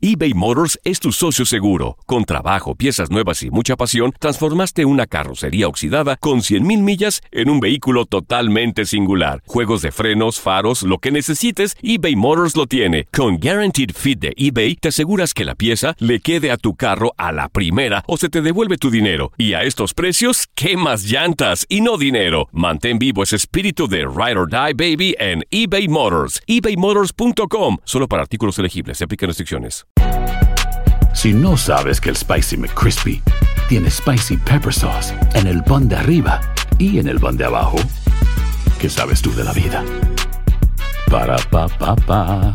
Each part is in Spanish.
eBay Motors es tu socio seguro. Con trabajo, piezas nuevas y mucha pasión, transformaste una carrocería oxidada con 100,000 millas en un vehículo totalmente singular. Juegos de frenos, faros, lo que necesites, eBay Motors lo tiene. Con Guaranteed Fit de eBay, te aseguras que la pieza le quede a tu carro a la primera o se te devuelve tu dinero. Y a estos precios, ¿qué más llantas y no dinero? Mantén vivo ese espíritu de Ride or Die, baby, en eBay Motors. ebaymotors.com. Solo para artículos elegibles. Se aplican restricciones. Si no sabes que el Spicy McCrispy tiene Spicy Pepper Sauce en el pan de arriba y en el pan de abajo, ¿qué sabes tú de la vida? Para, pa, pa, pa.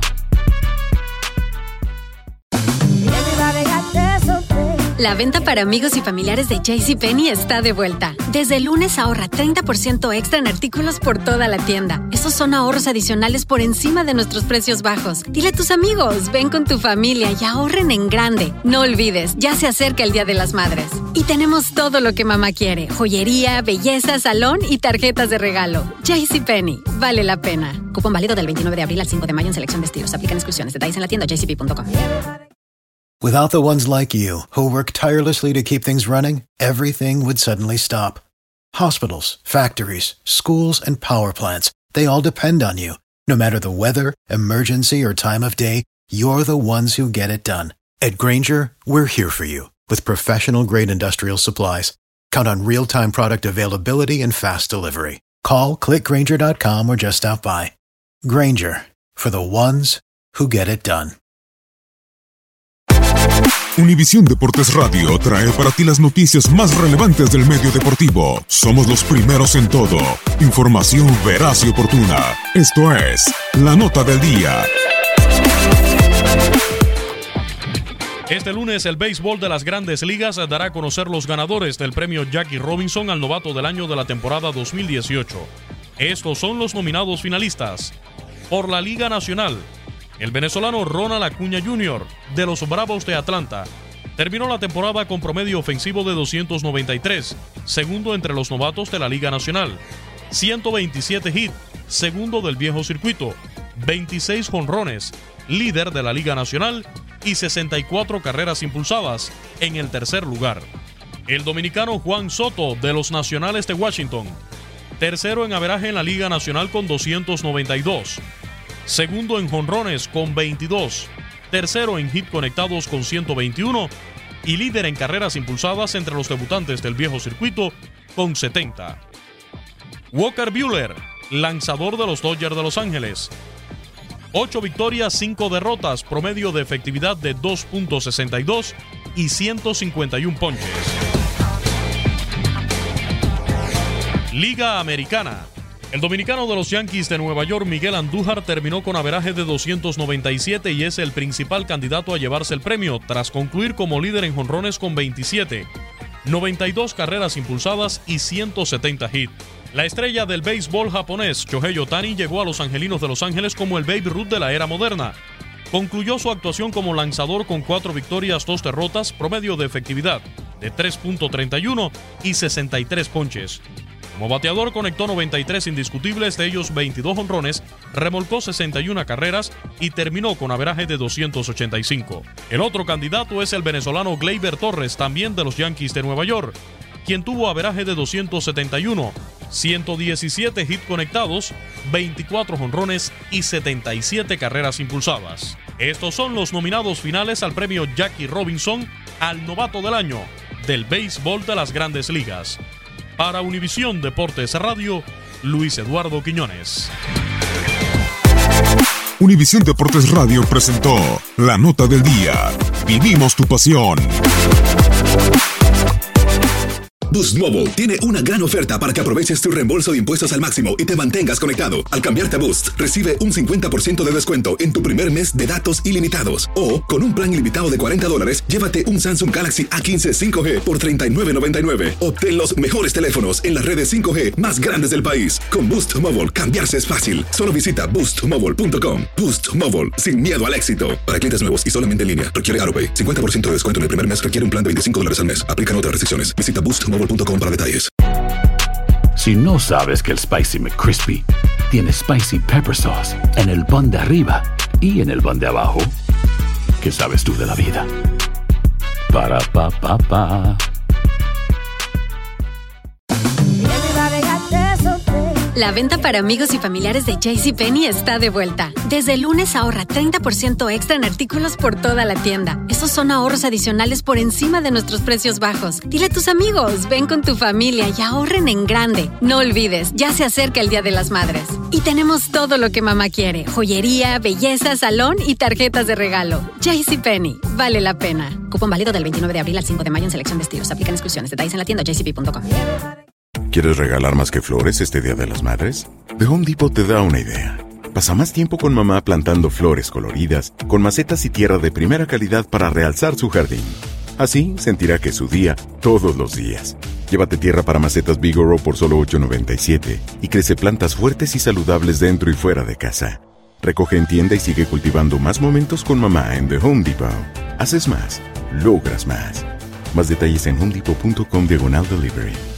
La venta para amigos y familiares de JCPenney está de vuelta. Desde el lunes ahorra 30% extra en artículos por toda la tienda. Esos son ahorros adicionales por encima de nuestros precios bajos. Dile a tus amigos, ven con tu familia y ahorren en grande. No olvides, ya se acerca el Día de las Madres. Y tenemos todo lo que mamá quiere. Joyería, belleza, salón y tarjetas de regalo. JCPenney, vale la pena. Cupón válido del 29 de abril al 5 de mayo en selección de estilos. Aplican exclusiones. Detalles en la tienda jcp.com. Without the ones like you, who work tirelessly to keep things running, everything would suddenly stop. Hospitals, factories, schools, and power plants, they all depend on you. No matter the weather, emergency, or time of day, you're the ones who get it done. At Grainger, we're here for you with professional-grade industrial supplies. Count on real-time product availability and fast delivery. Call, click Grainger.com, or just stop by. Grainger, for the ones who get it done. Univisión Deportes Radio trae para ti las noticias más relevantes del medio deportivo. Somos los primeros en todo. Información veraz y oportuna. Esto es La Nota del Día. Este lunes el béisbol de las Grandes Ligas dará a conocer los ganadores del premio Jackie Robinson al novato del año de la temporada 2018. Estos son los nominados finalistas. Por la Liga Nacional, el venezolano Ronald Acuña Jr., de los Bravos de Atlanta, terminó la temporada con promedio ofensivo de 293, segundo entre los novatos de la Liga Nacional, 127 hits, segundo del viejo circuito, 26 jonrones, líder de la Liga Nacional, y 64 carreras impulsadas, en el tercer lugar. El dominicano Juan Soto, de los Nacionales de Washington, tercero en averaje en la Liga Nacional con 292, segundo en jonrones con 22, tercero en hit conectados con 121 y líder en carreras impulsadas entre los debutantes del viejo circuito con 70. Walker Buehler, lanzador de los Dodgers de Los Ángeles, 8 victorias, 5 derrotas, promedio de efectividad de 2.62 y 151 ponches. Liga Americana. El dominicano de los Yankees de Nueva York, Miguel Andújar, terminó con averaje de 297 y es el principal candidato a llevarse el premio, tras concluir como líder en jonrones con 27, 92 carreras impulsadas y 170 hits. La estrella del béisbol japonés, Shohei Ohtani, llegó a los Angelinos de Los Ángeles como el Babe Ruth de la era moderna. Concluyó su actuación como lanzador con 4 victorias, 2 derrotas, promedio de efectividad de 3.31 y 63 ponches. Como bateador conectó 93 indiscutibles, de ellos 22 jonrones, remolcó 61 carreras y terminó con averaje de 285. El otro candidato es el venezolano Gleyber Torres, también de los Yankees de Nueva York, quien tuvo averaje de 271, 117 hits conectados, 24 jonrones y 77 carreras impulsadas. Estos son los nominados finales al premio Jackie Robinson al novato del año del béisbol de las Grandes Ligas. Para Univisión Deportes Radio, Luis Eduardo Quiñones. Univisión Deportes Radio presentó La Nota del Día. Vivimos tu pasión. Boost Mobile tiene una gran oferta para que aproveches tu reembolso de impuestos al máximo y te mantengas conectado. Al cambiarte a Boost, recibe un 50% de descuento en tu primer mes de datos ilimitados. O, con un plan ilimitado de $40, llévate un Samsung Galaxy A15 5G por $39.99. Obtén los mejores teléfonos en las redes 5G más grandes del país. Con Boost Mobile, cambiarse es fácil. Solo visita boostmobile.com. Boost Mobile, sin miedo al éxito. Para clientes nuevos y solamente en línea, requiere AutoPay. 50% de descuento en el primer mes, requiere un plan de $25 al mes. Aplican otras restricciones. Visita boostmobile.com para detalles. Si no sabes que el Spicy McCrispy tiene Spicy Pepper Sauce en el pan de arriba y en el pan de abajo, ¿Qué sabes tú de la vida? Para, pa, pa, pa. La venta para amigos y familiares de JCPenney está de vuelta. Desde el lunes ahorra 30% extra en artículos por toda la tienda. Esos son ahorros adicionales por encima de nuestros precios bajos. Dile a tus amigos, ven con tu familia y ahorren en grande. No olvides, ya se acerca el Día de las Madres. Y tenemos todo lo que mamá quiere. Joyería, belleza, salón y tarjetas de regalo. JCPenney, vale la pena. Cupón válido del 29 de abril al 5 de mayo en selección de estilos. Aplican exclusiones. Detalles en la tienda jcp.com. ¿Quieres regalar más que flores este Día de las Madres? The Home Depot te da una idea. Pasa más tiempo con mamá plantando flores coloridas, con macetas y tierra de primera calidad para realzar su jardín. Así sentirá que es su día todos los días. Llévate tierra para macetas Vigoro por solo $8.97 y crece plantas fuertes y saludables dentro y fuera de casa. Recoge en tienda y sigue cultivando más momentos con mamá en The Home Depot. Haces más, logras más. Más detalles en homedepot.com/delivery.